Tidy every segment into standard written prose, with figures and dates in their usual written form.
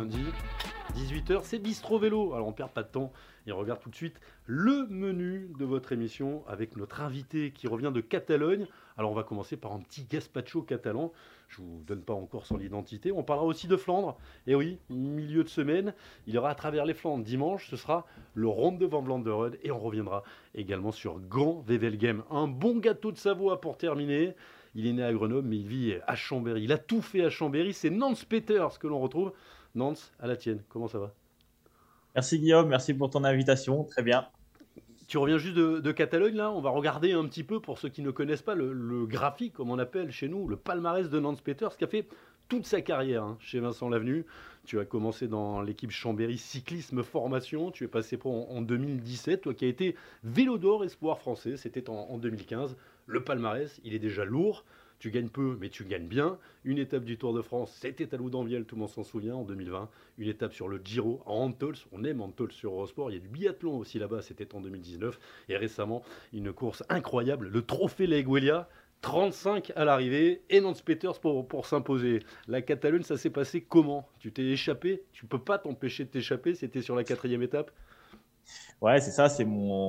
lundi, 18h, c'est Bistro Vélo. Alors on perd pas de temps et on regarde tout de suite le menu de votre émission avec notre invité qui revient de Catalogne. Alors on va commencer par un petit gazpacho catalan. Je vous donne pas encore son identité. On parlera aussi de Flandre. Et oui, milieu de semaine, il y aura à travers les Flandres dimanche, ce sera le Ronde de Van Vlaanderen et on reviendra également sur Grand Wevelgem. Un bon gâteau de Savoie pour terminer. Il est né à Grenoble, mais il vit à Chambéry. Il a tout fait à Chambéry. C'est Nance Peters que l'on retrouve. Nance, à la tienne. Comment ça va? Merci Guillaume, merci pour ton invitation. Très bien. Tu reviens juste de Catalogne, là. On va regarder un petit peu, pour ceux qui ne connaissent pas, le graphique, comme on appelle chez nous, le palmarès de Nance Peters, qui a fait toute sa carrière chez Vincent Lavenu. Tu as commencé dans l'équipe Chambéry Cyclisme Formation. Tu es passé pro en 2017, toi qui as été Vélo d'Or Espoir français. C'était en 2015. Le palmarès, il est déjà lourd. Tu gagnes peu, mais tu gagnes bien. Une étape du Tour de France, c'était à Loudanvielle, tout le monde s'en souvient, en 2020. Une étape sur le Giro à Antols, on aime Antols sur Eurosport. Il y a du biathlon aussi là-bas, c'était en 2019. Et récemment, une course incroyable, le Trophée Leguelia. 35 à l'arrivée et Nance Peters pour s'imposer. La Catalogne, ça s'est passé comment? Tu t'es échappé? Tu peux pas t'empêcher de t'échapper, c'était sur la quatrième étape. Ouais, c'est ça,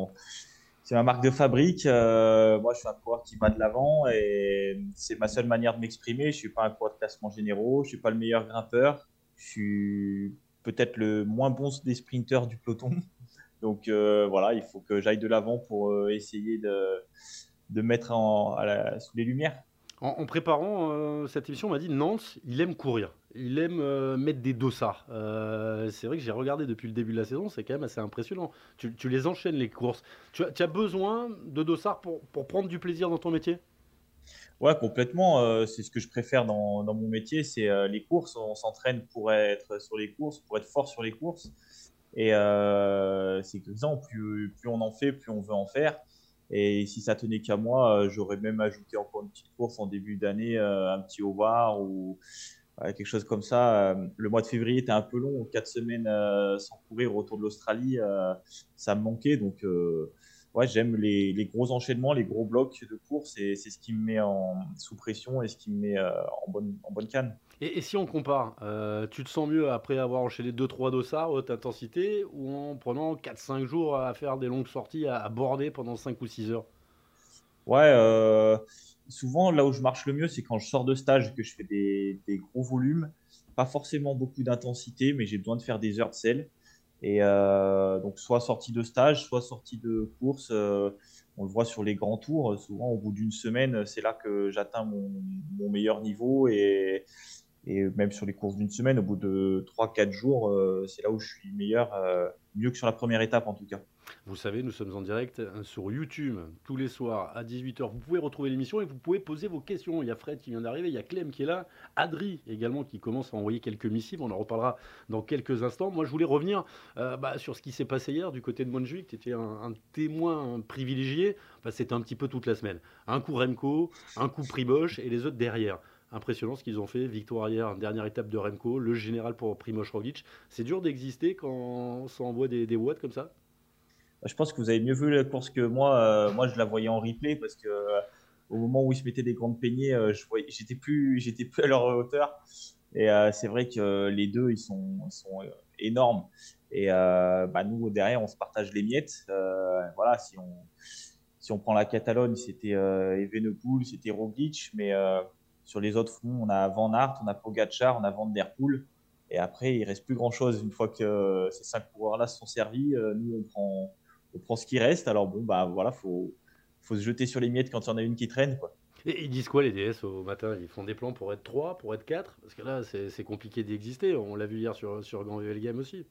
c'est ma marque de fabrique. Moi, je suis un coureur qui va de l'avant et c'est ma seule manière de m'exprimer. Je suis pas un coureur de classement généraux, je suis pas le meilleur grimpeur. Je suis peut-être le moins bon des sprinteurs du peloton. Donc voilà, il faut que j'aille de l'avant pour essayer de mettre sous les lumières. En préparant cette émission, on m'a dit Nance, il aime courir. Il aime mettre des dossards. C'est vrai que j'ai regardé depuis le début de la saison, c'est quand même assez impressionnant. Tu les enchaînes, les courses. Tu as besoin de dossards pour prendre du plaisir dans ton métier? Ouais, complètement. C'est ce que je préfère dans mon métier, c'est les courses. On s'entraîne pour être sur les courses, pour être fort sur les courses. Et c'est que ça, plus on en fait, plus on veut en faire. Et si ça tenait qu'à moi, j'aurais même ajouté encore une petite course en début d'année, un petit Howard ou quelque chose comme ça. Le mois de février était un peu long, 4 semaines sans courir autour de l'Australie, ça me manquait. Donc, ouais, j'aime les gros enchaînements, les gros blocs de course, et c'est ce qui me met sous pression et ce qui me met en bonne canne. Et si on compare, tu te sens mieux après avoir enchaîné deux trois dossards haute intensité ou en prenant 4 5 jours à faire des longues sorties à border pendant 5 ou 6 heures? Ouais, souvent là où je marche le mieux, c'est quand je sors de stage, que je fais des gros volumes, pas forcément beaucoup d'intensité, mais j'ai besoin de faire des heures de selle. Et donc, soit sortie de stage, soit sortie de course. On le voit sur les grands tours. Souvent, au bout d'une semaine, c'est là que j'atteins mon meilleur niveau. Et même sur les courses d'une semaine, au bout de 3 4 jours, c'est là où je suis meilleur, mieux que sur la première étape en tout cas. Vous savez, nous sommes en direct sur YouTube tous les soirs à 18h. Vous pouvez retrouver l'émission et vous pouvez poser vos questions. Il y a Fred qui vient d'arriver, il y a Clem qui est là, Adri également qui commence à envoyer quelques missives. On en reparlera dans quelques instants. Moi, je voulais revenir sur ce qui s'est passé hier du côté de Montjuic. Tu étais un témoin privilégié. Enfin, c'était un petit peu toute la semaine. Un coup Remco, un coup Primož et les autres derrière. Impressionnant ce qu'ils ont fait. Victoire hier, dernière étape de Remco, le général pour Primož Roglic. C'est dur d'exister quand ça envoie des watts comme ça. Je pense que vous avez mieux vu la course que moi. Moi, je la voyais en replay parce que au moment où ils se mettaient des grandes peignées, j'étais plus à leur hauteur. Et c'est vrai que les deux, ils sont énormes. Et bah, nous, derrière, on se partage les miettes. Voilà, si on prend la Catalogne, c'était Evenepoel, c'était Roglic. Mais sur les autres fronts, on a Van Aert, on a Pogacar, on a Van Der Poel. Et après, il reste plus grand-chose. Une fois que ces 5 coureurs-là se sont servis, nous, on prend ce qui reste. Alors bon, bah voilà, faut se jeter sur les miettes quand il y en a une qui traîne, quoi. Et ils disent quoi les DS au matin? Ils font des plans pour être 3, pour être 4? Parce que là, c'est compliqué d'exister. On l'a vu hier sur Grand Game aussi.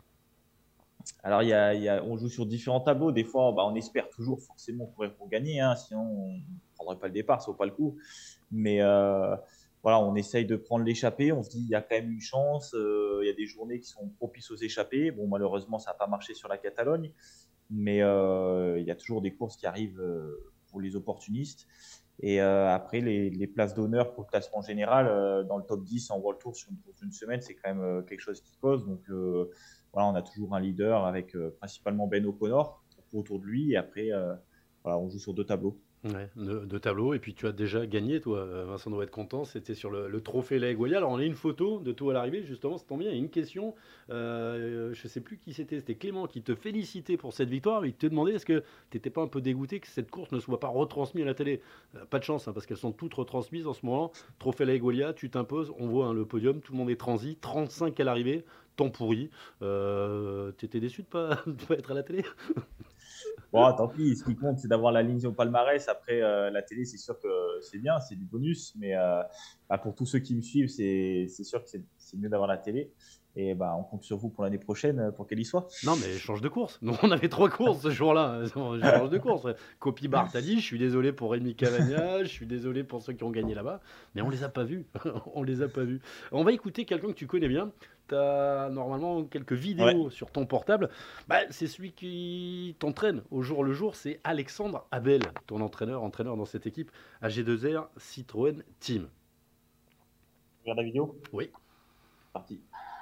Alors, on joue sur différents tableaux. Des fois, bah, on espère toujours forcément courir pour gagner, hein, sinon on ne prendrait pas le départ, ça vaut pas le coup. Mais voilà, on essaye de prendre l'échappée. On se dit, il y a quand même une chance. Il y a des journées qui sont propices aux échappées. Bon, malheureusement, ça n'a pas marché sur la Catalogne. Mais il y a toujours des courses qui arrivent pour les opportunistes. Et après, les places d'honneur pour le classement général, dans le top 10 en World Tour sur une course d'une semaine, c'est quand même quelque chose qui cause. Donc voilà, on a toujours un leader avec principalement Ben O'Connor autour de lui. Et après, voilà, on joue sur deux tableaux. Ouais, de tableau. Et puis tu as déjà gagné, toi, Vincent doit être content. C'était sur le trophée La Goya. Alors on a une photo de toi à l'arrivée, justement, c'est tombe bien. Il y a une question. Je ne sais plus qui c'était. C'était Clément qui te félicitait pour cette victoire. Il te demandait est-ce que tu n'étais pas un peu dégoûté que cette course ne soit pas retransmise à la télé. Pas de chance, hein, parce qu'elles sont toutes retransmises en ce moment. Trophée La Goya, tu t'imposes. On voit hein, le podium, tout le monde est transi. 35 à l'arrivée, temps pourri. Tu étais déçu de ne pas, de pas être à la télé. Bon, tant pis, ce qui compte, c'est d'avoir la ligne au palmarès. Après, la télé, c'est sûr que c'est bien, c'est du bonus. Mais bah, pour tous ceux qui me suivent, c'est sûr que c'est mieux d'avoir la télé. Et bah, on compte sur vous pour l'année prochaine pour qu'elle y soit. Non, mais change de course. Nous, on avait 3 courses ce jour-là. Je change de course. Copie Bartali, je suis désolé pour Rémi Cavagna, je suis désolé pour ceux qui ont gagné là-bas, mais on les a pas vus. On les a pas vus. On va écouter quelqu'un que tu connais bien. Tu as normalement quelques Ouais. vidéos sur ton portable. Bah, c'est celui qui t'entraîne au jour le jour, c'est Alexandre Abel, ton entraîneur dans cette équipe AG2R Citroën Team. Regarde la vidéo. Oui. Parti.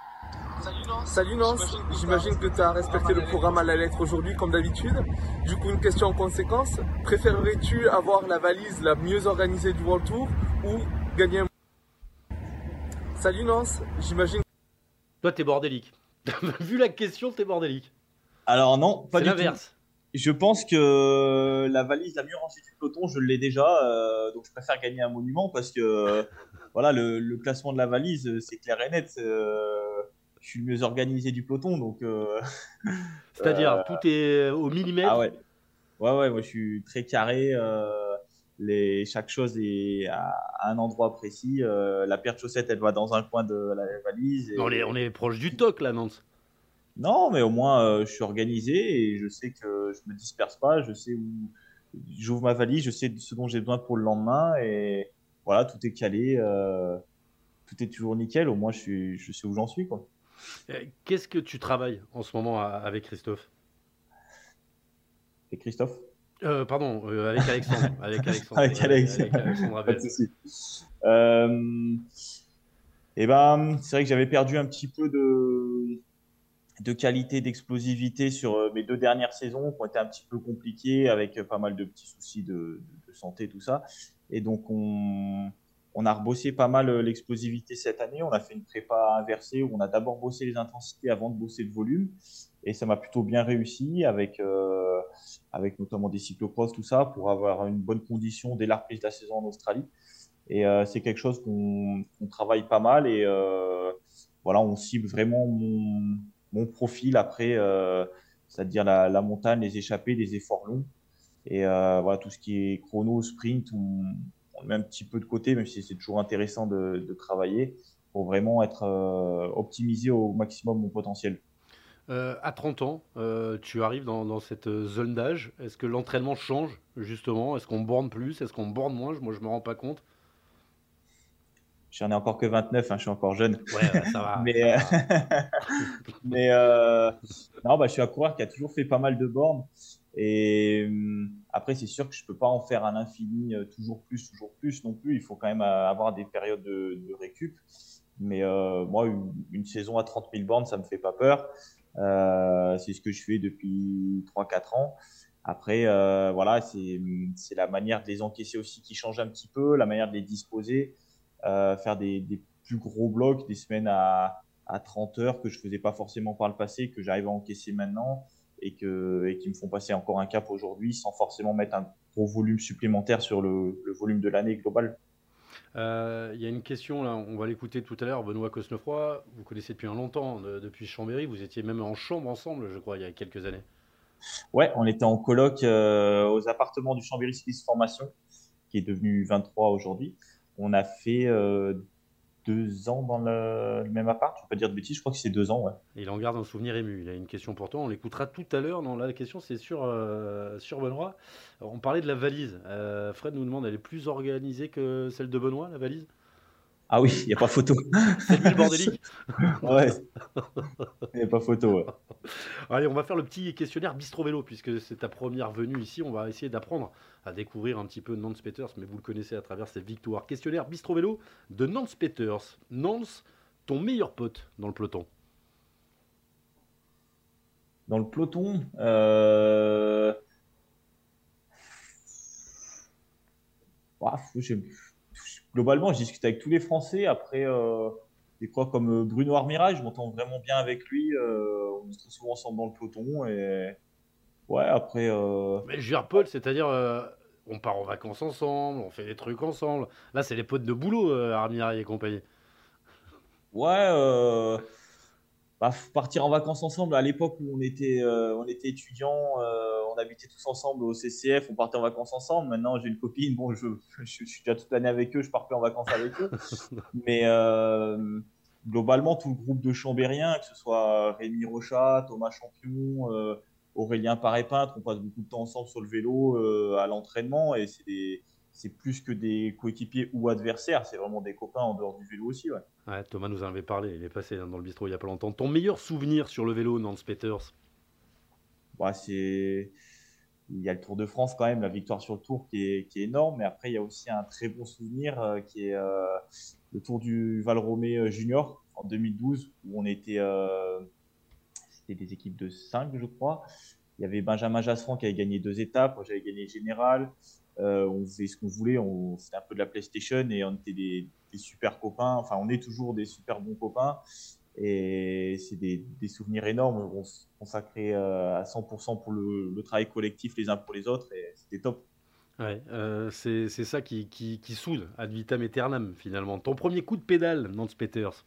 Salut Nance, j'imagine que tu as respecté le programme à la lettre aujourd'hui comme d'habitude. Du coup, une question en conséquence, préférerais-tu avoir la valise la mieux organisée du World Tour ou gagner un... Salut Nance, j'imagine... Toi, t'es bordélique. Vu la question, t'es bordélique. Alors non, pas C'est du tout. l'inverse. Je pense que la valise la mieux rangée du peloton, je l'ai déjà. Donc je préfère gagner un monument parce que voilà, le classement de la valise, c'est clair et net. Je suis le mieux organisé du peloton. Donc C'est-à-dire, tout est au ah millimètre. ouais. Ouais, moi je suis très carré. Chaque chose est à un endroit précis. La paire de chaussettes, elle va dans un coin de la valise. On est proche du toc là, Nantes. Non, mais au moins je suis organisé et je sais que je me disperse pas. Je sais où j'ouvre ma valise, je sais ce dont j'ai besoin pour le lendemain et voilà, tout est calé, tout est toujours nickel. Au moins je sais où j'en suis quoi. Qu'est-ce que tu travailles en ce moment avec Christophe? Et Christophe? Pardon, avec Alexandre. Avec Alexandre, Avec Alex, avec Alexandre pas de Abel. souci. Et ben, c'est vrai que j'avais perdu un petit peu de qualité, d'explosivité sur mes 2 dernières saisons qui ont été un petit peu compliquées avec pas mal de petits soucis de santé, tout ça. Et donc, on a rebossé pas mal l'explosivité cette année. On a fait une prépa inversée où on a d'abord bossé les intensités avant de bosser le volume. Et ça m'a plutôt bien réussi avec notamment des cyclocross, tout ça, pour avoir une bonne condition dès la reprise de la saison en Australie. Et c'est quelque chose qu'on travaille pas mal et voilà, on cible vraiment mon profil après, c'est-à-dire la montagne, les échappées, les efforts longs. Et voilà, tout ce qui est chrono, sprint, on le met un petit peu de côté, même si c'est toujours intéressant de travailler pour vraiment être optimisé au maximum mon potentiel. À 30 ans, tu arrives dans cette zone d'âge. Est-ce que l'entraînement change, justement? Est-ce qu'on borne plus? Est-ce qu'on borne moins? Moi, je me rends pas compte. J'en ai encore que 29, hein, je suis encore jeune. Ouais, ça va, ça Mais, va. mais non, bah, je suis un coureur qui a toujours fait pas mal de bornes. Et après, c'est sûr que je peux pas en faire un infini, toujours plus non plus. Il faut quand même avoir des périodes de récup. Mais moi, une saison à 30 000 bornes, ça me fait pas peur. C'est ce que je fais depuis 3 4 ans. Après, voilà, c'est la manière de les encaisser aussi qui change un petit peu, la manière de les disposer, faire des plus gros blocs, des semaines à 30 heures que je faisais pas forcément par le passé, que j'arrive à encaisser maintenant et qui me font passer encore un cap aujourd'hui sans forcément mettre un gros volume supplémentaire sur le volume de l'année globale. Il y a une question là, on va l'écouter tout à l'heure. Benoît Cosnefroy, vous connaissez depuis un longtemps, depuis Chambéry. Vous étiez même en chambre ensemble, je crois, il y a quelques années. Ouais, on était en coloc aux appartements du Chambéry Cycliste Formation, qui est devenu 23 aujourd'hui. On a fait 2 ans dans le même appart. Je ne vais pas dire de bêtises, je crois que c'est 2 ans. Ouais. Et il en garde un souvenir ému. Il a une question pour toi, on l'écoutera tout à l'heure. Non, là, la question, c'est sur Benoît. Alors, on parlait de la valise. Fred nous demande, elle est plus organisée que celle de Benoît, la valise? Ah oui, il n'y a pas photo. C'est lui le bordélique? Ouais, il n'y a pas photo. Ouais. Allez, on va faire le petit questionnaire Bistro Vélo, puisque c'est ta première venue ici. On va essayer d'apprendre à découvrir un petit peu Nance Peters, mais vous le connaissez à travers cette victoire. Questionnaire Bistro Vélo de Nance Peters. Nance, ton meilleur pote dans le peloton? Dans le peloton, Globalement, je discute avec tous les Français. Après, des quoi comme Bruno Armirail, je m'entends vraiment bien avec lui. On est très souvent ensemble dans le peloton. Et ouais, après, Mais je veux dire, Paul, c'est-à-dire, on part en vacances ensemble, on fait des trucs ensemble. Là, c'est les potes de boulot, Armirail et compagnie. ouais, partir en vacances ensemble. À l'époque où on était étudiants, on habitait tous ensemble au CCF, on partait en vacances ensemble. Maintenant, j'ai une copine. Bon, je suis déjà toute l'année avec eux, je pars plus en vacances avec eux. Mais globalement, tout le groupe de Chambériens, que ce soit Rémi Rochat, Thomas Champion, Aurélien Paré-Peintre, on passe beaucoup de temps ensemble sur le vélo, à l'entraînement, et c'est plus que des coéquipiers ou adversaires, c'est vraiment des copains en dehors du vélo aussi. Ouais. Ouais, Thomas nous en avait parlé, il est passé dans le bistrot il y a pas longtemps. Ton meilleur souvenir sur le vélo, Nance Peters? Bah, il y a le Tour de France quand même, la victoire sur le Tour qui est énorme, mais après il y a aussi un très bon souvenir qui est le Tour du Val-Romé Junior en 2012, où c'était des équipes de 5, je crois. Il y avait Benjamin Jasserand qui avait gagné 2 étapes, moi j'avais gagné le général. On faisait ce qu'on voulait, c'était un peu de la PlayStation et on était des super copains. Enfin, on est toujours des super bons copains. Et c'est des souvenirs énormes. On se consacrait à 100% pour le travail collectif les uns pour les autres et c'était top. Ouais, c'est ça qui soude ad vitam aeternam finalement. Ton premier coup de pédale, Nance Peters?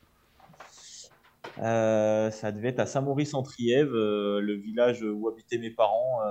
Ça devait être à Saint-Maurice-en-Trièves, le village où habitaient mes parents.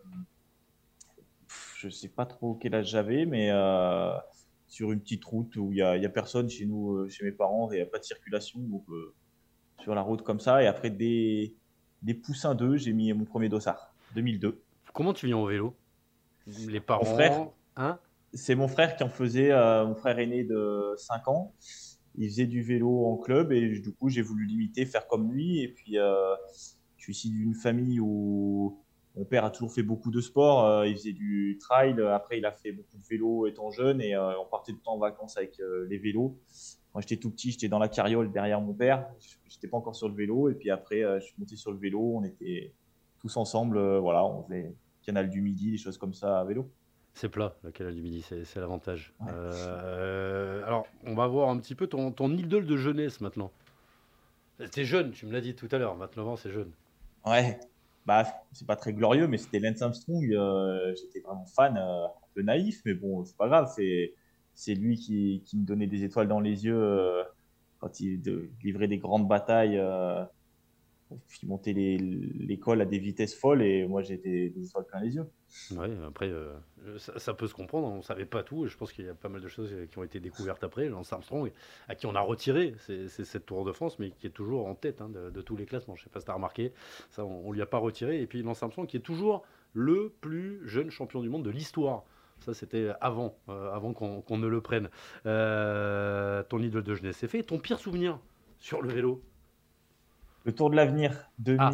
Je sais pas trop quel âge j'avais, mais sur une petite route où il y a personne chez nous, chez mes parents, et il n'y a pas de circulation. Donc, sur la route comme ça. Et après des poussins d'œufs, j'ai mis mon premier dossard, 2002. Comment tu viens au vélo? Les Mon frère, parents, hein? c'est mon frère qui en faisait, mon frère aîné de 5 ans. Il faisait du vélo en club et du coup, j'ai voulu l'imiter, faire comme lui. Et puis, je suis issu d'une famille où mon père a toujours fait beaucoup de sport. Il faisait du trail. Après, il a fait beaucoup de vélo étant jeune et on partait tout le temps en vacances avec les vélos. Quand j'étais tout petit, j'étais dans la carriole derrière mon père. Je n'étais pas encore sur le vélo. Et puis après, je suis monté sur le vélo. On était tous ensemble. Voilà, on faisait Canal du Midi, des choses comme ça à vélo. C'est plat, le canal du Midi, c'est l'avantage. Ouais. Alors, on va voir un petit peu ton idole de jeunesse maintenant. T'es jeune, tu me l'as dit tout à l'heure, 29 ans, c'est jeune. Ouais, bah, c'est pas très glorieux, mais c'était Lance Armstrong. J'étais vraiment fan, un peu naïf, mais bon, c'est pas grave. C'est lui qui me donnait des étoiles dans les yeux quand il livrait des grandes batailles. Il montait l'école à des vitesses folles et moi j'étais des étoiles plein les yeux. Ouais, après, ça peut se comprendre, on savait pas tout, et je pense qu'il y a pas mal de choses qui ont été découvertes après. Lance Armstrong, à qui on a retiré c'est cette Tour de France, mais qui est toujours en tête, hein, de tous les classements. Je sais pas si tu as remarqué, ça on lui a pas retiré. Et puis Lance Armstrong, qui est toujours le plus jeune champion du monde de l'histoire. Ça, c'était avant qu'on ne le prenne. Ton idole de jeunesse, c'est fait. Ton pire souvenir sur le vélo? Le Tour de l'Avenir Ah,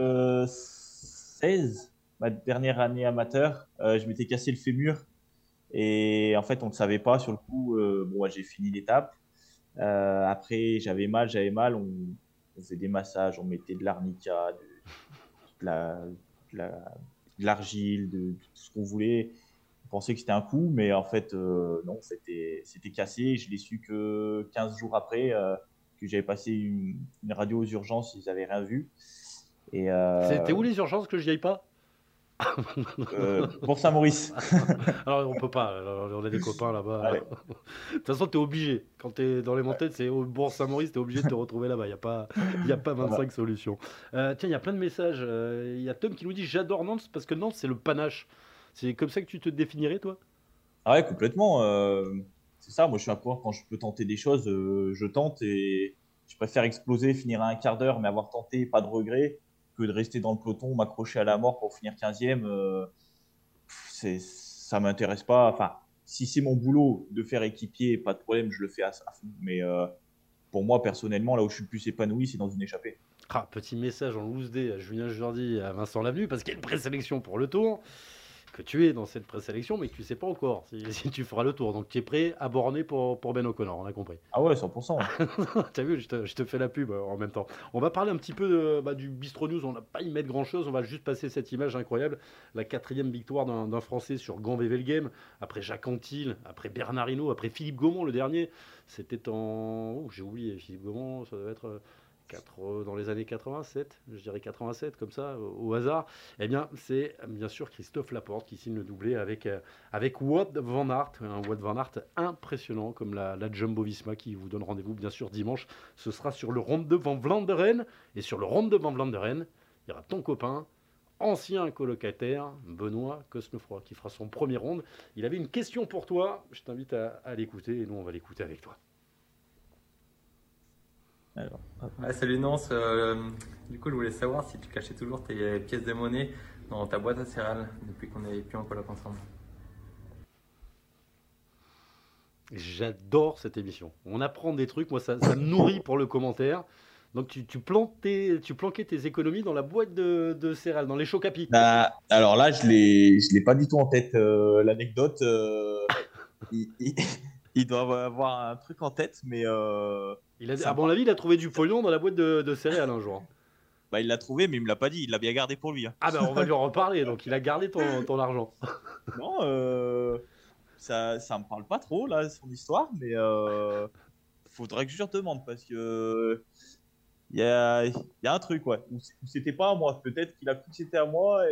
2016, ma dernière année amateur, je m'étais cassé le fémur et en fait on ne le savait pas sur le coup. Bon, ouais, j'ai fini l'étape. Après j'avais mal. On faisait des massages, on mettait de l'arnica, de la, de la- de l'argile, de tout ce qu'on voulait. On pensait que c'était un coup, mais en fait non, c'était cassé. Je l'ai su que 15 jours après. Que j'avais passé une radio aux urgences, ils n'avaient rien vu. Et c'était où les urgences que je n'y aille pas? pour Saint-Maurice. Alors on peut pas, alors, on a des copains là-bas. Allez, De toute façon, tu es obligé. Quand tu es dans les montagnes, c'est au Bourg-Saint-Maurice, tu es obligé de te retrouver là-bas. Il y a pas voilà. 25 solutions. Tiens, il y a plein de messages. Il y a Tom qui nous dit: j'adore Nantes parce que Nantes, c'est le panache. C'est comme ça que tu te définirais, toi? Ah ouais, complètement. C'est ça, moi je suis un coureur, quand je peux tenter des choses, je tente et je préfère exploser, finir à un quart d'heure, mais avoir tenté, pas de regret, que de rester dans le peloton, m'accrocher à la mort pour finir 15e. Ça m'intéresse pas. Enfin, si c'est mon boulot de faire équipier, pas de problème, je le fais à fond. Mais pour moi, personnellement, là où je suis le plus épanoui, c'est dans une échappée. Ah, petit message en loose day à Julien Jordi et à Vincent Lavenu parce qu'il y a une présélection pour le tour. que tu es dans cette présélection, mais que tu ne sais pas encore si tu feras le tour. Donc tu es prêt à borner pour Ben O'Connor, on a compris. Ah ouais, 100%. T'as vu, je te fais la pub en même temps. On va parler un petit peu du Bistro News, on n'a pas y mettre grand-chose, on va juste passer cette image incroyable. La 4e victoire d'un Français sur Gant Wevelgem, après Jacques Anquetil, après Bernard Hinault, après Philippe Gaumont le dernier. C'était en... Oh, j'ai oublié, Philippe Gaumont, ça doit être... dans les années 87, je dirais 87 comme ça, au hasard, eh bien c'est bien sûr Christophe Laporte qui signe le doublé avec Wout van Aert, un Wout van Aert impressionnant comme la Jumbo-Visma qui vous donne rendez-vous bien sûr dimanche. Ce sera sur le Ronde de Van Vlaanderen, et sur le Ronde de Van Vlaanderen, il y aura ton copain, ancien colocataire, Benoît Cosnefroy, qui fera son premier ronde. Il avait une question pour toi, je t'invite à l'écouter, et nous on va l'écouter avec toi. Alors, ouais, salut Nance, du coup je voulais savoir si tu cachais toujours tes pièces de monnaie dans ta boîte à céréales depuis qu'on n'est plus en coloc ensemble. J'adore cette émission. On apprend des trucs, moi ça me nourrit pour le commentaire. Donc tu planquais tes économies dans la boîte de céréales, dans les chocs à pic. Bah, alors là, je l'ai pas du tout en tête, l'anecdote. Il, il doit avoir un truc en tête, mais À mon avis, il a trouvé du pognon dans la boîte de céréales un jour. bah, il l'a trouvé, mais il me l'a pas dit. Il l'a bien gardé pour lui. Hein. Ah ben on va lui en reparler. Donc il a gardé ton argent. Non, ça me parle pas trop là son histoire, mais faudrait que je lui demande parce que il y a un truc ouais. Ou c'était pas à moi. Peut-être qu'il a cru que c'était à moi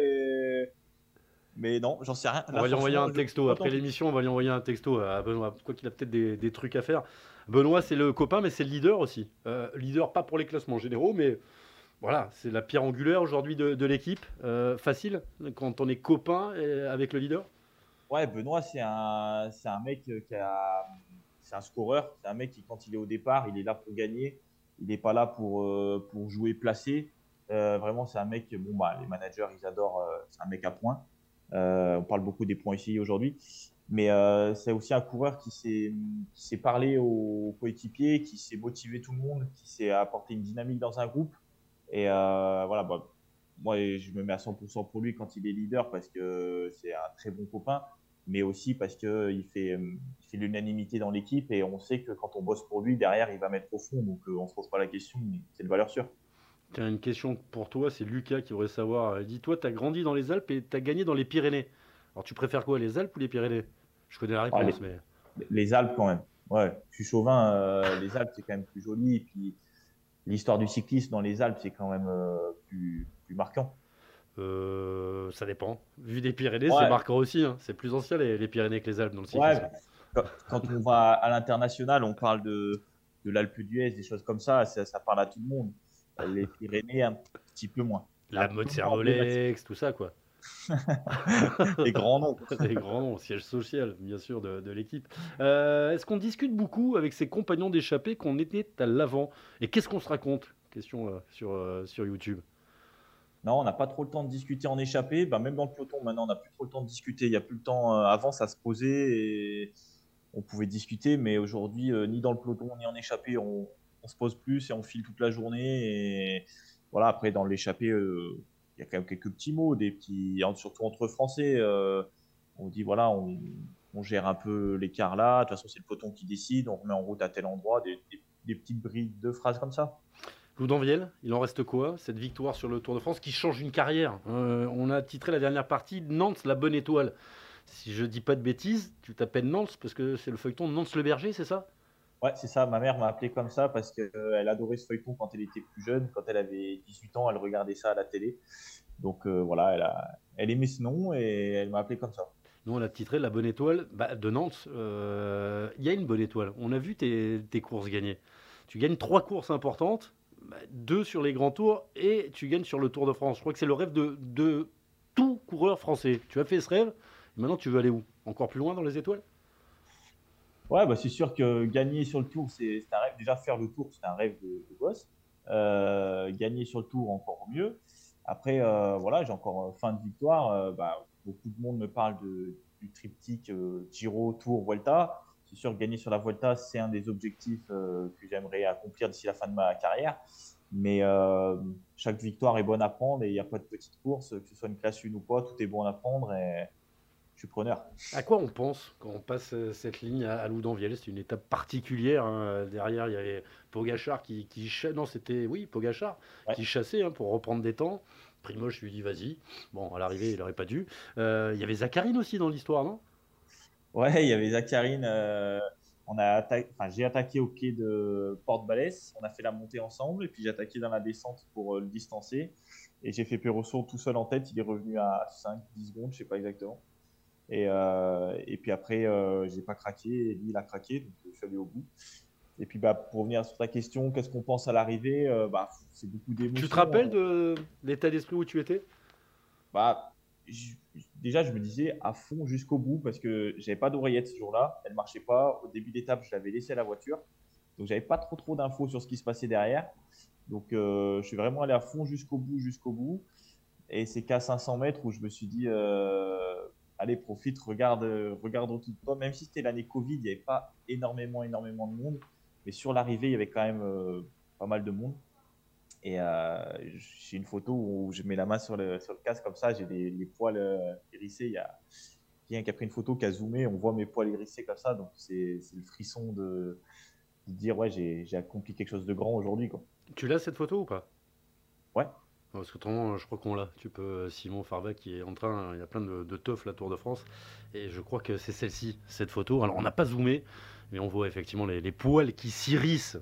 mais non, j'en sais rien. On va lui envoyer un texto. Après l'émission, on va lui envoyer un texto à Benoît. Quoi qu'il a peut-être des trucs à faire. Benoît, c'est le copain, mais c'est le leader aussi. Leader, pas pour les classements généraux, mais voilà, c'est la pierre angulaire aujourd'hui de l'équipe. Facile quand on est copain avec le leader. Ouais, Benoît, c'est un mec c'est un scoreur. C'est un mec qui, quand il est au départ, il est là pour gagner. Il n'est pas là pour jouer placé. Vraiment, c'est un mec, bon, bah, les managers, ils adorent. C'est un mec à points. On parle beaucoup des points ici aujourd'hui. Mais c'est aussi un coureur qui sait parler aux coéquipiers, qui sait motiver tout le monde, qui sait apporter une dynamique dans un groupe. Et voilà, bah, moi, je me mets à 100% pour lui quand il est leader parce que c'est un très bon copain, mais aussi parce qu'il fait l'unanimité dans l'équipe et on sait que quand on bosse pour lui, derrière, il va mettre au fond. Donc, on ne se pose pas la question, c'est de valeur sûre. Tiens, une question pour toi, c'est Lucas qui voudrait savoir. Il dit, toi, tu as grandi dans les Alpes et tu as gagné dans les Pyrénées. Alors, tu préfères quoi, les Alpes ou les Pyrénées? Je connais la réponse, mais... Les Alpes, quand même. Ouais, je suis chauvin. Les Alpes, c'est quand même plus joli. Et puis, l'histoire du cyclisme dans les Alpes, c'est quand même plus marquant. Ça dépend. Vu des Pyrénées, Ouais. c'est marquant aussi. Hein. C'est plus ancien, les Pyrénées, que les Alpes dans le cyclisme. Ouais, quand on va à l'international, on parle de l'Alpe d'Huez, des choses comme ça, ça parle à tout le monde. Les Pyrénées, un petit peu moins. La mode Cervolex, tout ça, quoi. Les grands noms. Les grands noms, siège social, bien sûr, de l'équipe. Est-ce qu'on discute beaucoup avec ses compagnons d'échappée qu'on était à l'avant? Et qu'est-ce qu'on se raconte? Question sur YouTube. Non, on n'a pas trop le temps de discuter en échappée. Bah, même dans le peloton, maintenant, on n'a plus trop le temps de discuter. Il n'y a plus le temps. Avant, ça se posait et on pouvait discuter, mais aujourd'hui, ni dans le peloton, ni en échappée, on se pose plus et on file toute la journée. Et voilà, après, dans l'échappée, il y a quand même quelques petits mots, surtout entre Français. On dit, voilà, on gère un peu l'écart là. De toute façon, c'est le peloton qui décide. On remet en route à tel endroit. Des petites brides de phrases comme ça. Loudanviel, il en reste quoi? Cette victoire sur le Tour de France qui change une carrière. On a titré la dernière partie Nantes, la bonne étoile. Si je dis pas de bêtises, tu t'appelles Nantes parce que c'est le feuilleton de Nantes le Berger, c'est ça? Ouais, c'est ça. Ma mère m'a appelé comme ça parce qu'elle adorait ce feuilleton quand elle était plus jeune. Quand elle avait 18 ans, elle regardait ça à la télé. Donc voilà, elle aimait ce nom et elle m'a appelé comme ça. Nous, on a titré la bonne étoile de Nantes. Il y a une bonne étoile. On a vu tes courses gagner. Tu gagnes 3 courses importantes, 2 sur les grands tours et tu gagnes sur le Tour de France. Je crois que c'est le rêve de tout coureur français. Tu as fait ce rêve. Maintenant, tu veux aller où? Encore plus loin dans les étoiles? Ouais, bah c'est sûr que gagner sur le Tour, c'est un rêve. Déjà, faire le Tour, c'est un rêve de gosse. Gagner sur le Tour, encore mieux. Après, voilà, j'ai encore fin de victoire. Beaucoup de monde me parle du triptyque Giro, Tour, Vuelta. C'est sûr que gagner sur la Vuelta, c'est un des objectifs que j'aimerais accomplir d'ici la fin de ma carrière. Mais chaque victoire est bonne à prendre et il n'y a pas de petite course, que ce soit une classe 1 ou pas, tout est bon à prendre. suis preneur. À quoi on pense quand on passe cette ligne à Loudanviel? C'est une étape particulière, hein. Derrière, il y avait Pogačar non, c'était oui, Pogačar Ouais. qui chassait, hein, pour reprendre des temps. Primož lui dit vas-y. Bon, à l'arrivée, il n'aurait pas dû. Il y avait Zakharine aussi dans l'histoire, non? Ouais, il y avait Zakharine. J'ai attaqué au pied de Porte-Balès. On a fait la montée ensemble et puis j'ai attaqué dans la descente pour le distancer. Et j'ai fait Pérosso tout seul en tête. Il est revenu à 5-10 secondes, je sais pas exactement. Et puis après, j'ai pas craqué. Et lui, il a craqué. Donc je suis allé au bout. Et puis pour revenir sur ta question, qu'est-ce qu'on pense à l'arrivée? C'est beaucoup d'émotions. Tu te rappelles de l'état d'esprit où tu étais? Bah, déjà, je me disais à fond jusqu'au bout parce que j'avais pas d'oreillette ce jour-là. Elle marchait pas. Au début d'étape, je l'avais laissée à la voiture. Donc, j'avais pas trop d'infos sur ce qui se passait derrière. Donc, je suis vraiment allé à fond jusqu'au bout, jusqu'au bout. Et c'est qu'à 500 mètres où je me suis dit, allez, profite, regarde autour de toi. Même si c'était l'année Covid, il n'y avait pas énormément de monde. Mais sur l'arrivée, il y avait quand même pas mal de monde. Et j'ai une photo où je mets la main sur le casque comme ça, j'ai les poils hérissés. Il y a quelqu'un qui a pris une photo, qui a zoomé, on voit mes poils hérissés comme ça. Donc c'est le frisson de dire ouais, j'ai accompli quelque chose de grand aujourd'hui, quoi. Tu l'as cette photo ou pas? Ouais. Parce qu'autrement, je crois qu'on l'a. Tu peux, Simon Farva qui est en train, il y a plein de teufs la Tour de France. Et je crois que c'est celle-ci, cette photo. Alors on n'a pas zoomé, mais on voit effectivement les poils qui s'irrissent.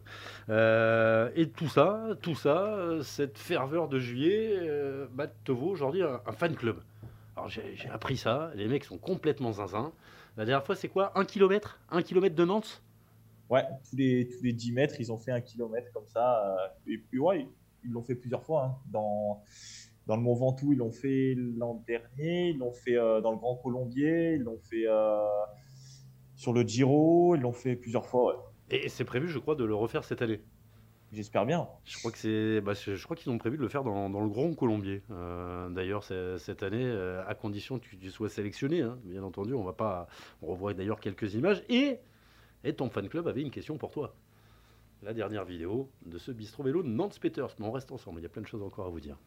Et tout ça, cette ferveur de juillet, te vaut aujourd'hui un fan club. Alors j'ai appris ça, les mecs sont complètement zinzin. La dernière fois, c'est quoi? 1 km? 1 km de Nantes? Ouais, tous les 10 mètres, ils ont fait 1 kilomètre comme ça. Et puis ouais, ils l'ont fait plusieurs fois, hein. Dans le Mont Ventoux, ils l'ont fait l'an dernier, ils l'ont fait dans le Grand Colombier, ils l'ont fait sur le Giro, ils l'ont fait plusieurs fois, ouais. Et c'est prévu, je crois, de le refaire cette année. J'espère bien. Je crois que je crois qu'ils ont prévu de le faire dans le Grand Colombier. D'ailleurs, cette année, à condition que tu sois sélectionné, hein, bien entendu. On revoit d'ailleurs quelques images. Et ton fan club avait une question pour toi. La dernière vidéo de ce bistrot vélo de Nance Peters. Mais on reste ensemble, il y a plein de choses encore à vous dire.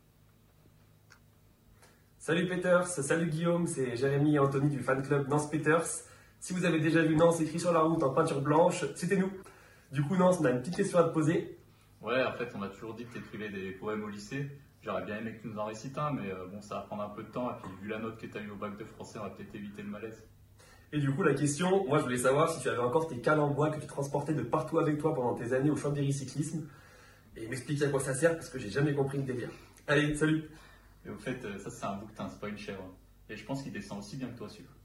Salut Peters, salut Guillaume, c'est Jérémy et Anthony du fan club Nance Peters. Si vous avez déjà vu Nance écrit sur la route en peinture blanche, c'était nous. Du coup, Nance, on a une petite question à te poser. Ouais, en fait, on m'a toujours dit que tu écrivais des poèmes au lycée. J'aurais bien aimé que tu nous en récites un, mais bon, ça va prendre un peu de temps. Et puis, vu la note que tu as eu au bac de français, on va peut-être éviter le malaise. Et du coup, la question, moi je voulais savoir si tu avais encore tes cales en bois que tu transportais de partout avec toi pendant tes années au Chambéry Cyclisme. Et m'expliquer à quoi ça sert, parce que j'ai jamais compris le délire. Allez, salut! Et au fait, ça c'est un bouquetin, c'est pas une chèvre. Et je pense qu'il descend aussi bien que toi, celui-là.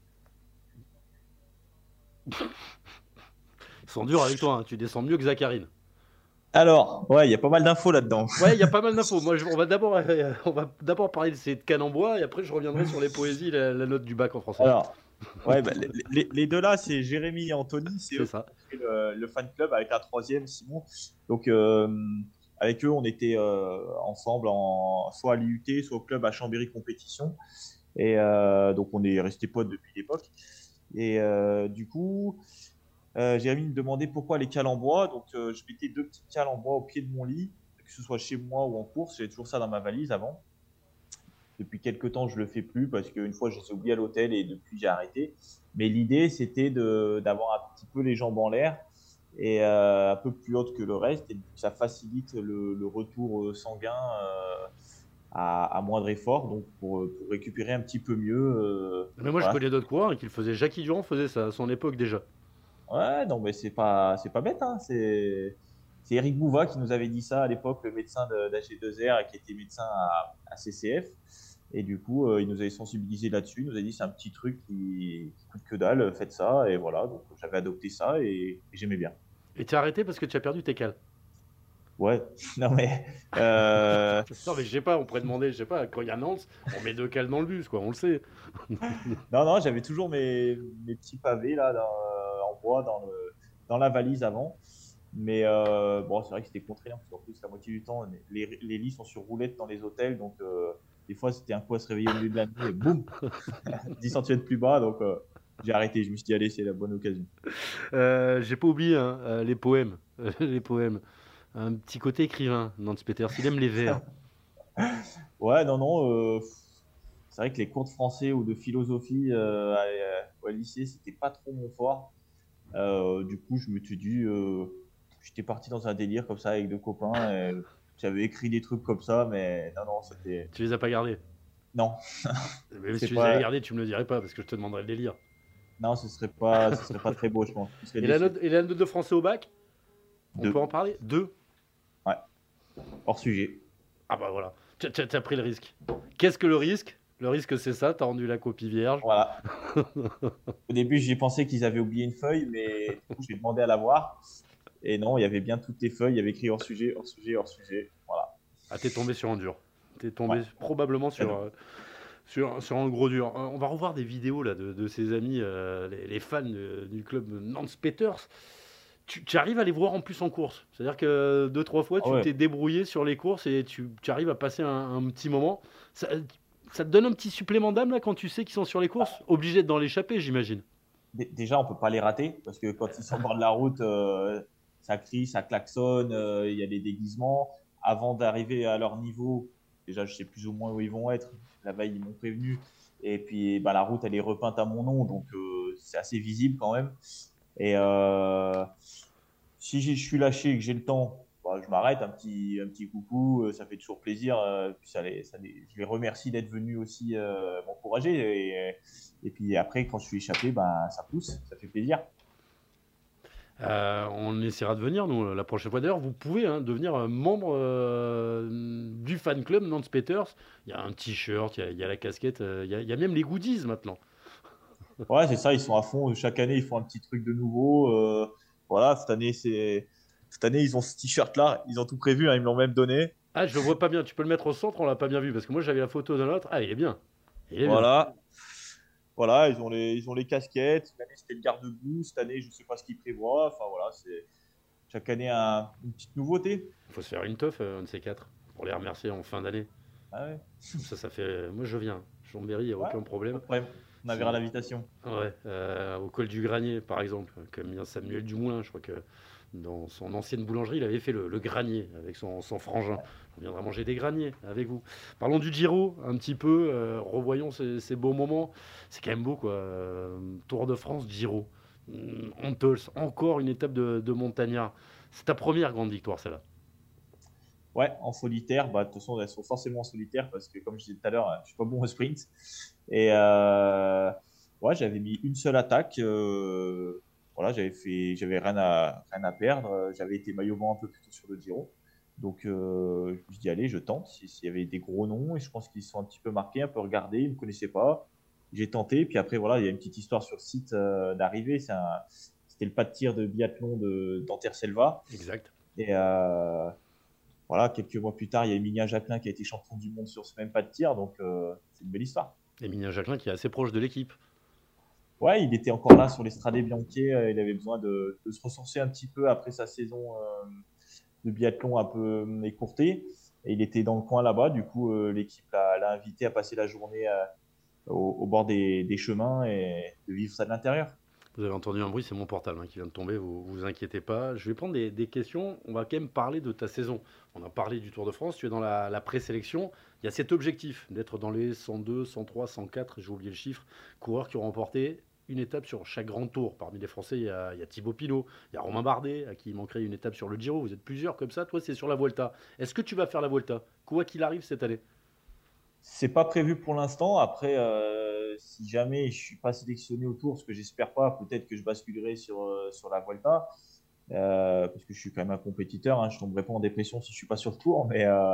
Ils sont durs avec toi, hein. Tu descends mieux que Zakharine. Alors, ouais, il y a pas mal d'infos là-dedans. Ouais, il y a pas mal d'infos. Moi, on va d'abord parler de ces cannes en bois et après je reviendrai sur les poésies, la note du bac en français. Alors, ouais, les deux là, c'est Jérémy et Anthony, c'est eux ça. qui ont fait le fan club avec un troisième, Simon. Donc, avec eux, on était ensemble soit à l'IUT, soit au club à Chambéry Compétition. Et donc, on est restés potes depuis l'époque. Et du coup, Jérémy me demandait pourquoi les cales en bois. Donc, je mettais 2 petites cales en bois au pied de mon lit, que ce soit chez moi ou en course. J'avais toujours ça dans ma valise avant. Depuis quelques temps, je le fais plus parce qu'une fois, je les ai oubliés à l'hôtel et depuis, j'ai arrêté. Mais l'idée, c'était d'avoir un petit peu les jambes en l'air et un peu plus haute que le reste. Et ça facilite le retour sanguin à moindre effort, donc pour récupérer un petit peu mieux. Mais moi, je connais d'autres coureurs qui le faisaient. Jackie Durand faisait ça à son époque déjà. Ouais, non, mais c'est pas bête, hein. C'est Eric Bouva qui nous avait dit ça à l'époque, le médecin d'AG2R et qui était médecin à CCF. Et du coup, il nous avait sensibilisé là-dessus. Il nous a dit c'est un petit truc qui coûte que dalle, faites ça. Et voilà, donc j'avais adopté ça et j'aimais bien. Et tu as arrêté parce que tu as perdu tes cales. Ouais, non mais. Non, mais je sais pas, on pourrait demander, je sais pas, quand il y a Nantes, on met 2 cales dans le bus, quoi, on le sait. Non, j'avais toujours mes petits pavés là, en bois dans la valise avant. Mais bon, c'est vrai que c'était contraignant parce qu'en plus, la moitié du temps, les lits sont sur roulette dans les hôtels. Donc, des fois, c'était un coup à se réveiller au milieu de la nuit et boum 10 cm plus bas. Donc, j'ai arrêté. Je me suis dit, allez, c'est la bonne occasion. J'ai pas oublié hein, les poèmes. Les poèmes. Un petit côté écrivain, Nance Peters. Il aime les vers. Ouais, non. c'est vrai que les cours de français ou de philosophie au lycée, c'était pas trop mon fort. Du coup, je me suis dit, j'étais parti dans un délire comme ça avec deux copains. Et j'avais écrit des trucs comme ça, mais non, c'était. Tu les as pas gardés. Non, Mais si c'est tu les avais pas. gardés, tu me le dirais pas parce que je te demanderais le délire. Non, ce serait pas très beau, je pense. Je serais Et la déçu. note, et la note de français au bac, on peut Deux. en parler? 2. Ouais, hors sujet. Ah bah voilà, t'as pris le risque. Qu'est-ce que le risque? Le risque, c'est ça, t'as rendu la copie vierge. Voilà. Au début, j'ai pensé qu'ils avaient oublié une feuille, mais du coup, j'ai demandé à la voir. Et non, il y avait bien toutes les feuilles. Il y avait écrit hors sujet, hors sujet, hors sujet. Voilà. Ah, t'es tombé sur un dur. T'es Ouais. tombé probablement Très dur. sur un gros dur. On va revoir des vidéos là, de ses amis, les fans du club Nance Peters. Tu arrives à les voir en plus en course. C'est-à-dire que 2-3 fois, Ah tu ouais. t'es débrouillé sur les courses et tu arrives à passer un petit moment. Ça te donne un petit supplément d'âme là quand tu sais qu'ils sont sur les courses? Obligé d'en l'échapper, j'imagine. Déjà, on peut pas les rater parce que quand ils sont au bord de la route, ça crie, ça klaxonne, il y a des déguisements. Avant d'arriver à leur niveau, déjà, je sais plus ou moins où ils vont être. La veille, ils m'ont prévenu. Et puis, bah, la route, elle est repeinte à mon nom, donc c'est assez visible quand même. Et si je suis lâché et que j'ai le temps, bah, je m'arrête, un petit coucou, ça fait toujours plaisir. Puis je les remercie d'être venus aussi m'encourager. Et puis après, quand je suis échappé, bah, ça pousse, ça fait plaisir. On essaiera de venir, nous, la prochaine fois. D'ailleurs, vous pouvez devenir membre du fan club Nance Peters. Il y a un t-shirt, il y a la casquette, il y a même les goodies maintenant. Ouais, c'est ça, ils sont à fond. Chaque année, ils font un petit truc de nouveau. Voilà, cette année, ils ont ce t-shirt-là. Ils ont tout prévu, hein, ils me l'ont même donné. Ah, je le vois pas bien. Tu peux le mettre au centre, on l'a pas bien vu. Parce que moi, j'avais la photo de l'autre. Ah, il est bien. Il est bien. Voilà. Voilà, ils ont les casquettes. Cette année, c'était le garde-boue. Cette année, je ne sais pas ce qu'ils prévoient. Enfin, voilà, c'est chaque année une petite nouveauté. Il faut se faire une teuf, un de ces quatre, pour les remercier en fin d'année. Ah ouais, Comme ça fait. Moi, je viens. Chambéry, il n'y a ouais, aucun pas problème. de problème. On Si- verra l'invitation. Ouais, au col du Granier, par exemple, comme bien Samuel Dumoulin, je crois que dans son ancienne boulangerie, il avait fait le granier avec son frangin. On viendra manger des graniers avec vous. Parlons du Giro un petit peu, revoyons ces beaux moments. C'est quand même beau, quoi. Tour de France, Giro. Hontels, encore une étape de montagnard. C'est ta première grande victoire, celle-là. Ouais, en solitaire, bah, de toute façon, elles sont forcément en solitaire parce que, comme je disais tout à l'heure, je suis pas bon au sprint. Et ouais, j'avais mis une seule attaque. Voilà, j'avais rien à perdre. J'avais été maillot blanc un peu plus tôt sur le Giro. Donc, je me suis dit, allez, je tente. S'il y avait des gros noms, et je pense qu'ils sont un petit peu marqués, un peu regardés, ils ne me connaissaient pas. J'ai tenté. Puis après, voilà, il y a une petite histoire sur le site d'arrivée. C'était le pas de tir de biathlon d'Anterselva. Exact. Et voilà, quelques mois plus tard, il y a Emilien Jacquelin qui a été champion du monde sur ce même pas de tir. Donc, c'est une belle histoire. Emilien Jacquelin qui est assez proche de l'équipe. Ouais, il était encore là sur l'Estrade Bianchi. Il avait besoin de se ressourcer un petit peu après sa saison de biathlon un peu écourtée. Et il était dans le coin là-bas. Du coup, l'équipe l'a invité à passer la journée au bord des chemins et de vivre ça de l'intérieur. Vous avez entendu un bruit, c'est mon portable qui vient de tomber, vous inquiétez pas. Je vais prendre des questions, on va quand même parler de ta saison. On a parlé du Tour de France, tu es dans la présélection. Il y a cet objectif d'être dans les 102, 103, 104, j'ai oublié le chiffre, coureurs qui ont remporté une étape sur chaque grand tour. Parmi les Français, il y a Thibaut Pinot, il y a Romain Bardet, à qui il manquerait une étape sur le Giro. Vous êtes plusieurs comme ça, toi c'est sur la Vuelta. Est-ce que tu vas faire la Vuelta, quoi qu'il arrive cette année? C'est pas prévu pour l'instant. Après, si jamais je suis pas sélectionné au Tour, ce que j'espère pas, peut-être que je basculerai sur la Vuelta, parce que je suis quand même un compétiteur. Hein, je tomberai pas en dépression si je suis pas sur le Tour,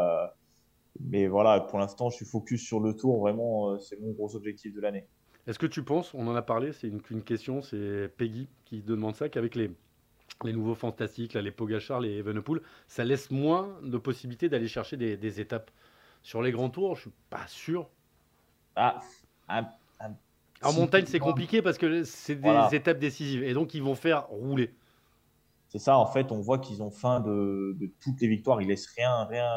mais voilà, pour l'instant, je suis focus sur le Tour. Vraiment, c'est mon gros objectif de l'année. Est-ce que tu penses, on en a parlé, c'est une question, c'est Peggy qui demande ça, qu'avec les nouveaux fantastiques, là, les Pogacar, les Evenepoel, ça laisse moins de possibilités d'aller chercher des étapes. Sur les grands tours, je suis pas sûr. Ah, un- un En petit montagne, c'est point. compliqué parce que c'est des Voilà. étapes décisives. Et donc, ils vont faire rouler. C'est ça, en fait, on voit qu'ils ont faim de toutes les victoires. Ils laissent rien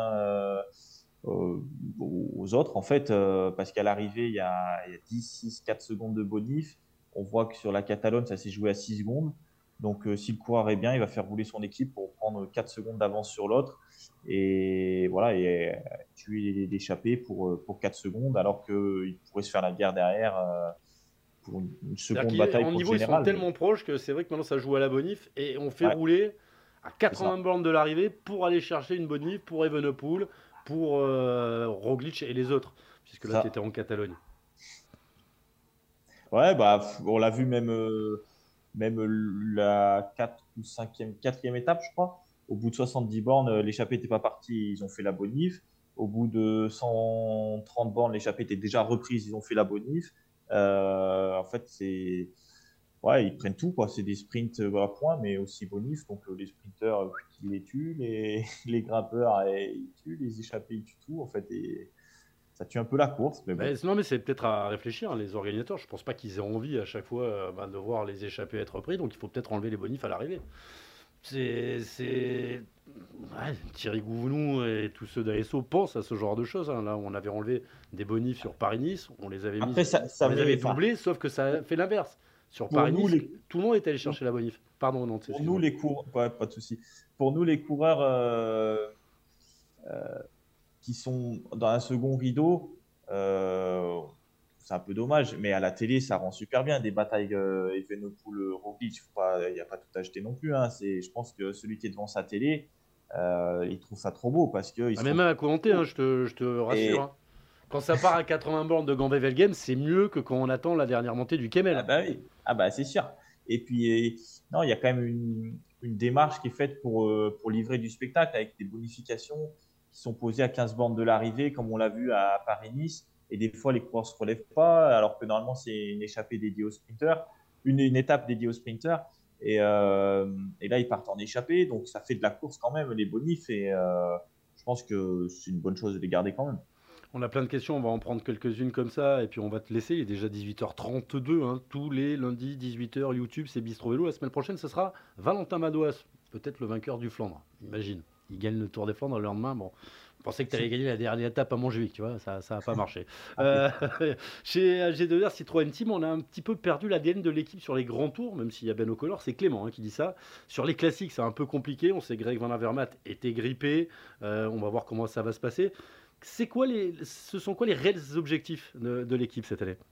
aux autres, en fait, parce qu'à l'arrivée, il y a 10, 6, 4 secondes de bonif. On voit que sur la Catalogne, ça s'est joué à 6 secondes. Donc, si le coureur est bien, il va faire rouler son équipe pour prendre 4 secondes d'avance sur l'autre. et voilà, et tuer l'échappée pour 4 secondes, alors qu'il pourrait se faire la guerre derrière pour une seconde bataille En pour le niveau, ils sont général. tellement proches que c'est vrai que maintenant ça joue à la bonif et on fait Ouais, rouler à c'est ça. 80 bornes de l'arrivée pour aller chercher une bonif pour Evenepoel, pour Roglic et les autres, puisque là tu étais Ça. en Catalogne. Ouais, bah, on l'a vu même la 4 ou 5e, 4e étape, je crois. Au bout de 70 bornes, l'échappée n'était pas partie, ils ont fait la bonif. Au bout de 130 bornes, l'échappée était déjà reprise, ils ont fait la bonif. En fait, ouais, ils prennent tout, quoi. C'est des sprints à points, mais aussi bonif. Donc, les sprinteurs, ils les tuent, les grimpeurs, ils tuent, les échappés, ils tuent tout, en fait. Et ça tue un peu la course, mais bon. Non, mais c'est peut-être à réfléchir, hein, les organisateurs. Je pense pas qu'ils aient envie à chaque fois de voir les échappés être pris, donc il faut peut-être enlever les bonifs à l'arrivée. Ouais, Thierry Gouvenou et tous ceux d'ASO pensent à ce genre de choses, hein. Là, on avait enlevé des bonifs sur Paris-Nice, on les avait Après, on les avait doublés, sauf que ça a fait l'inverse. Sur pour nous, Paris-Nice, tout le monde est allé chercher la bonif. Pardon, non, pour nous, excuse-moi. pas de souci. Pour nous, les coureurs qui sont dans un second rideau, c'est un peu dommage, mais à la télé, ça rend super bien. Des batailles Evenepoel, Roglic, il n'y a pas tout à jeter non plus, hein. Je pense que celui qui est devant sa télé, il trouve ça trop beau parce que Ah, même à Kohanté, hein, je te rassure. et Hein. Quand ça part à 80 bornes de Gambé-Velgem, c'est mieux que quand on attend la dernière montée du Kemmel. ah bah oui, ah bah c'est sûr. Et puis non, il y a quand même une démarche qui est faite pour livrer du spectacle avec des bonifications qui sont posées à 15 bornes de l'arrivée, comme on l'a vu à Paris-Nice. Et des fois, les coureurs ne se relèvent pas, alors que normalement, c'est une échappée dédiée aux sprinters, une étape dédiée aux sprinters. Et là, ils partent en échappée, donc ça fait de la course quand même, les bonifs. Et je pense que c'est une bonne chose de les garder quand même. On a plein de questions, on va en prendre quelques-unes comme ça, et puis on va te laisser. Il est déjà 18h32, hein, tous les lundis, 18h, YouTube, c'est Bistro Vélo. La semaine prochaine, ce sera Valentin Madouas, peut-être le vainqueur du Flandre, imagine. Il gagne le Tour des Flandres le lendemain, bon. Je pensais que tu allais gagner la dernière étape à Montjuic, tu vois, ça n'a pas marché. Chez G2R Citroën Team, on a un petit peu perdu l'ADN de l'équipe sur les grands tours, même s'il y a Ben O'Connor, c'est Clément qui dit ça. Sur les classiques, c'est un peu compliqué, on sait que Greg Van Avermaet était grippé, on va voir comment ça va se passer. Ce sont quoi les réels objectifs de l'équipe cette année?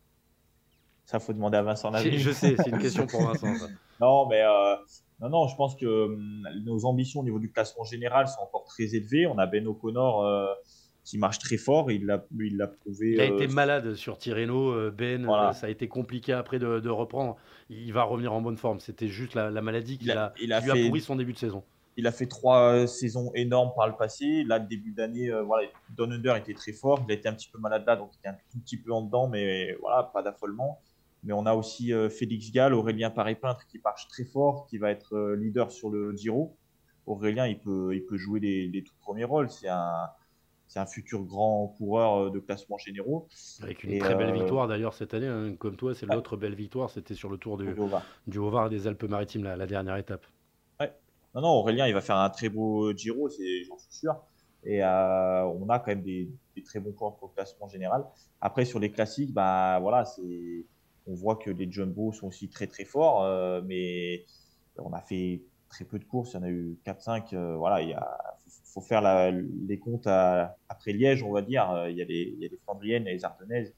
Ça, faut demander à Vincent Laville. Je sais, c'est une question pour Vincent. Ça. Non, mais non, je pense que nos ambitions au niveau du classement général sont encore très élevées. On a Ben O'Connor qui marche très fort. Il l'a prouvé. Il a été malade sur Tirreno, Ben. Voilà. Ça a été compliqué après de reprendre. Il va revenir en bonne forme. C'était juste la maladie qui lui a pourri son début de saison. Il a fait 3 saisons énormes par le passé. Là, le début d'année, voilà, Down Under était très fort. Il a été un petit peu malade là, donc il était un tout petit peu en dedans, mais voilà, pas d'affolement. Mais on a aussi Félix Gall, Aurélien Paré-Peintre qui marche très fort, qui va être leader sur le Giro. Aurélien, il peut jouer les tout premiers rôles. C'est un futur grand coureur de classement généraux. Avec une très belle victoire d'ailleurs cette année, hein, comme toi, c'est l'autre belle victoire, c'était sur le Tour du Haut-Var et des Alpes-Maritimes, la dernière étape. Ouais. Non, Aurélien, il va faire un très beau Giro, j'en suis sûr. Et on a quand même des très bons coureurs pour le classement général. Après, sur les classiques, bah, voilà, on voit que les Jumbo sont aussi très très forts, mais on a fait très peu de courses, il y en a eu 4-5. Voilà, il faut faire les comptes après Liège, on va dire. Il y a les Flandriennes, il y a les Ardennaises.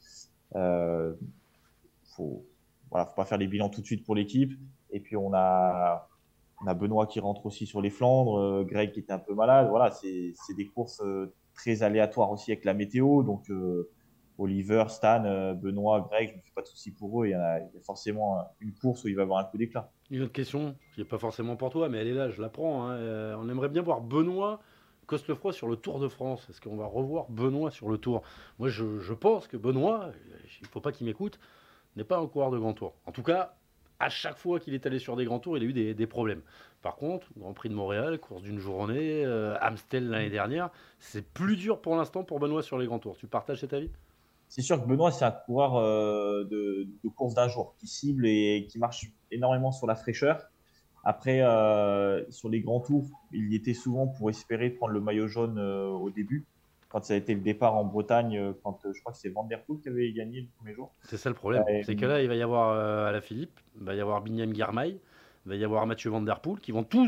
Faut pas faire les bilans tout de suite pour l'équipe. Et puis on a Benoît qui rentre aussi sur les Flandres, Greg qui était un peu malade. Voilà, c'est des courses très aléatoires aussi avec la météo. Donc Oliver, Stan, Benoît, Greg, je ne me fais pas de soucis pour eux. Il y a forcément une course où il va y avoir un coup d'éclat. Une autre question, qui n'est pas forcément pour toi, mais elle est là, je la prends. Hein. On aimerait bien voir Benoît Cosnefroy sur le Tour de France. Est-ce qu'on va revoir Benoît sur le Tour? Moi, je pense que Benoît, il ne faut pas qu'il m'écoute, n'est pas un coureur de grand tour. En tout cas, à chaque fois qu'il est allé sur des grands tours, il a eu des problèmes. Par contre, Grand Prix de Montréal, course d'une journée, Amstel l'année dernière, c'est plus dur pour l'instant pour Benoît sur les grands tours. Tu partages cet avis? C'est sûr que Benoît, c'est un coureur de course d'un jour qui cible et qui marche énormément sur la fraîcheur. Après, sur les grands tours, il y était souvent pour espérer prendre le maillot jaune au début. Quand ça a été le départ en Bretagne, quand je crois que c'est Van Der Poel qui avait gagné le premier jour. C'est ça le problème. C'est que là, il va y avoir Alaphilippe, il va y avoir Binyam Girmay, il va y avoir Mathieu Van Der Poel qui vont tous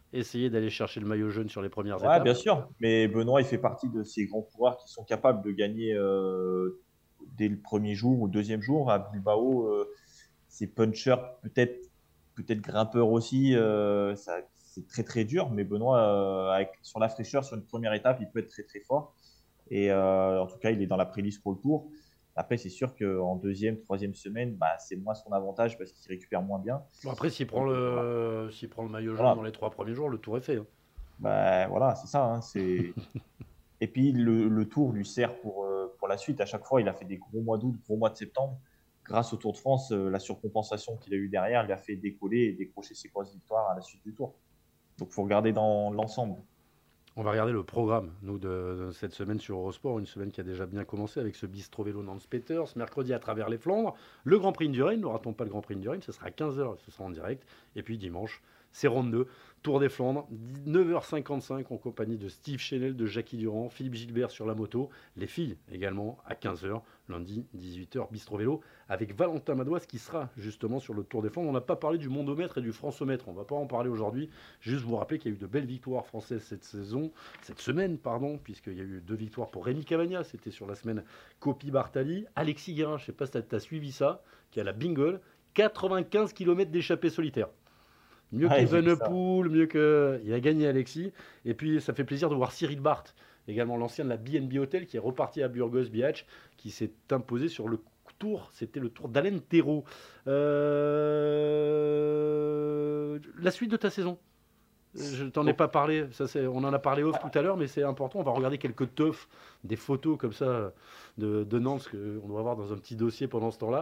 essayer d'aller chercher le maillot jaune sur les premières Ouais, étapes. bien sûr. Mais Benoît, il fait partie de ces grands coureurs qui sont capables de gagner dès le premier jour ou le deuxième jour. À Bilbao, c'est puncher, peut-être grimpeur aussi. C'est très très dur. Mais Benoît, sur la fraîcheur, sur une première étape, il peut être très très fort. Et en tout cas, il est dans la pré-liste pour le Tour. Après, c'est sûr qu'en deuxième, troisième semaine, c'est moins son avantage parce qu'il récupère moins bien. Bon, après, s'il prend le maillot jaune Voilà. dans les 3 premiers jours, le Tour est fait. Hein. Voilà, c'est ça. Hein, Et puis, le Tour lui sert pour la suite. À chaque fois, il a fait des gros mois d'août, gros mois de septembre. Grâce au Tour de France, la surcompensation qu'il a eu derrière lui a fait décoller et décrocher ses grosses victoires à la suite du Tour. Donc, il faut regarder dans l'ensemble. On va regarder le programme, nous, de cette semaine sur Eurosport, une semaine qui a déjà bien commencé avec ce Bistro Vélo Nance Peters, mercredi à travers les Flandres, le Grand Prix du Rhin, ne ratons pas le Grand Prix du Rhin, ce sera à 15h, ce sera en direct, et puis dimanche, c'est ronde 2, Tour des Flandres, 9h55 en compagnie de Steve Chenel, de Jackie Durand, Philippe Gilbert sur la moto, les filles également à 15h, lundi 18h, Bistro Vélo, avec Valentin Madouas qui sera justement sur le Tour des Flandres. On n'a pas parlé du mondomètre et du francomètre, on ne va pas en parler aujourd'hui, juste vous rappeler qu'il y a eu de belles victoires françaises cette semaine, puisqu'il y a eu 2 victoires pour Rémi Cavagna, c'était sur la semaine Coppi-Bartali, Alexis Guérin, je ne sais pas si tu as suivi ça, qui a la Bingle, 95 km d'échappée solitaire. Mieux qu'Evenepoel, mieux que... Il a gagné Alexis. Et puis, ça fait plaisir de voir Cyril Barth, également l'ancien de la BNB Hotel, qui est reparti à Burgos Biach, qui s'est imposé sur le tour. C'était le tour d'Alain Thérault. La suite de ta saison. Je t'en ai pas parlé. On en a parlé off tout à l'heure, mais c'est important. On va regarder quelques teufs, des photos comme ça de Nantes qu'on doit avoir dans un petit dossier pendant ce temps-là.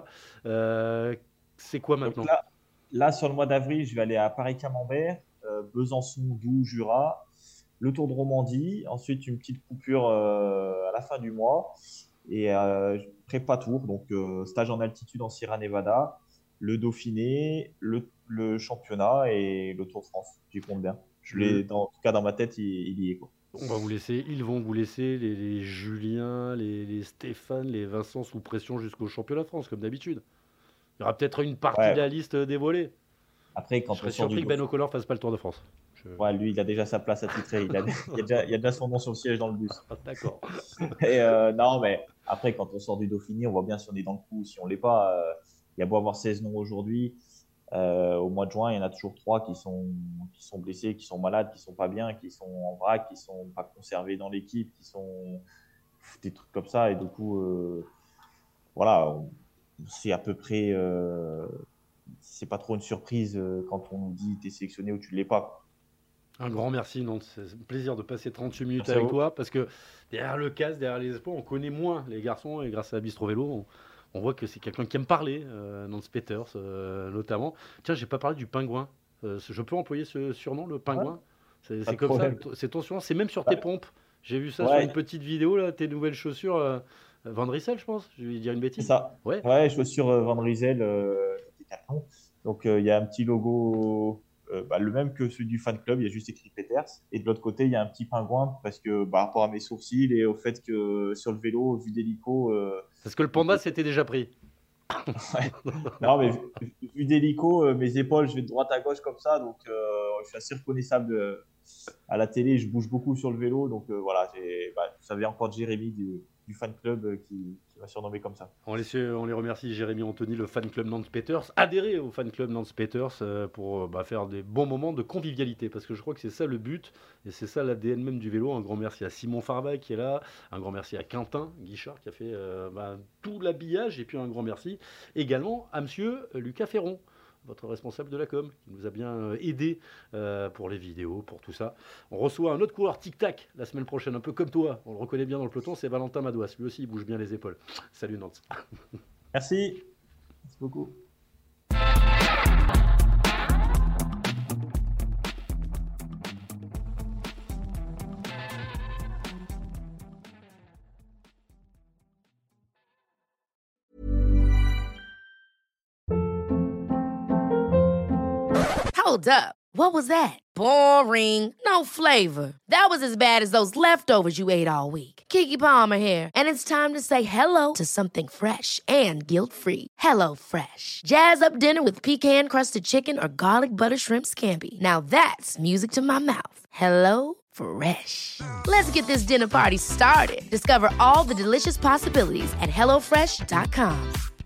C'est quoi maintenant ? Là, sur le mois d'avril, je vais aller à Paris-Camembert, Besançon, Doubs, Jura, le Tour de Romandie, ensuite une petite coupure à la fin du mois et prépa tour, donc stage en altitude en Sierra Nevada, le Dauphiné, le championnat et le Tour de France. J'y compte bien. En tout cas, dans ma tête, il y est, quoi. On va vous laisser, ils vont vous laisser les Julien, les Stéphane, les Vincent sous pression jusqu'au championnat de France, comme d'habitude. Il y aura peut-être une partie de la liste dévoilée. Après, quand je serais surpris que Ben O'Connor fasse pas le Tour de France. Ouais, lui, il a déjà sa place attitrée. Il y a déjà son nom sur le siège dans le bus. D'accord. Et non, mais après, quand on sort du Dauphiné, on voit bien si on est dans le coup, si on l'est pas. Il y a beau avoir 16 noms aujourd'hui. Au mois de juin, il y en a toujours 3 qui sont blessés, qui sont malades, qui sont pas bien, qui sont en vrac, qui sont pas conservés dans l'équipe, qui sont des trucs comme ça. Et du coup, voilà, c'est à peu près. C'est pas trop une surprise quand on nous dit t'es sélectionné ou tu l'es pas. Un grand merci, Nantes. C'est un plaisir de passer 38 minutes avec toi parce que derrière le casque, derrière les espoirs, on connaît moins les garçons et grâce à Bistro Vélo, on voit que c'est quelqu'un qui aime parler, Nance Peters notamment. Tiens, j'ai pas parlé du pingouin. Je peux employer ce surnom, le pingouin ? C'est comme ça, c'est ton surnom, c'est même sur tes pompes. J'ai vu ça sur une petite vidéo, là, tes nouvelles chaussures Van Rysel, je pense. Je vais dire une bêtise. C'est ça. Ouais, chaussures Van Rysel. Donc, il y a un petit logo, le même que celui du fan club, il y a juste écrit Peters. Et de l'autre côté, il y a un petit pingouin parce que par rapport à mes sourcils et au fait que sur le vélo, vue d'hélico. Parce que le panda s'était déjà pris. Ouais. Non, mais vue d'hélico, mes épaules, je vais de droite à gauche comme ça. Donc, je suis assez reconnaissable à la télé. Je bouge beaucoup sur le vélo. Donc, voilà. Vous savez encore Jérémy du fan club qui m'a surnommé comme ça. On les remercie, Jérémy Anthony, le fan club Nance Peters. Adhérez au fan club Nance Peters pour faire des bons moments de convivialité, parce que je crois que c'est ça le but, et c'est ça l'ADN même du vélo. Un grand merci à Simon Farva qui est là, un grand merci à Quentin Guichard qui a fait tout l'habillage, et puis un grand merci également à monsieur Lucas Ferron, votre responsable de la com, qui nous a bien aidé pour les vidéos, pour tout ça. On reçoit un autre coureur tic-tac la semaine prochaine, un peu comme toi. On le reconnaît bien dans le peloton, c'est Valentin Madouas. Lui aussi, il bouge bien les épaules. Salut Nantes. Merci. Merci beaucoup. Hold up. What was that? Boring. No flavor. That was as bad as those leftovers you ate all week. Keke Palmer here, and it's time to say hello to something fresh and guilt-free. Hello Fresh. Jazz up dinner with pecan-crusted chicken or garlic butter shrimp scampi. Now that's music to my mouth. Hello Fresh. Let's get this dinner party started. Discover all the delicious possibilities at hellofresh.com.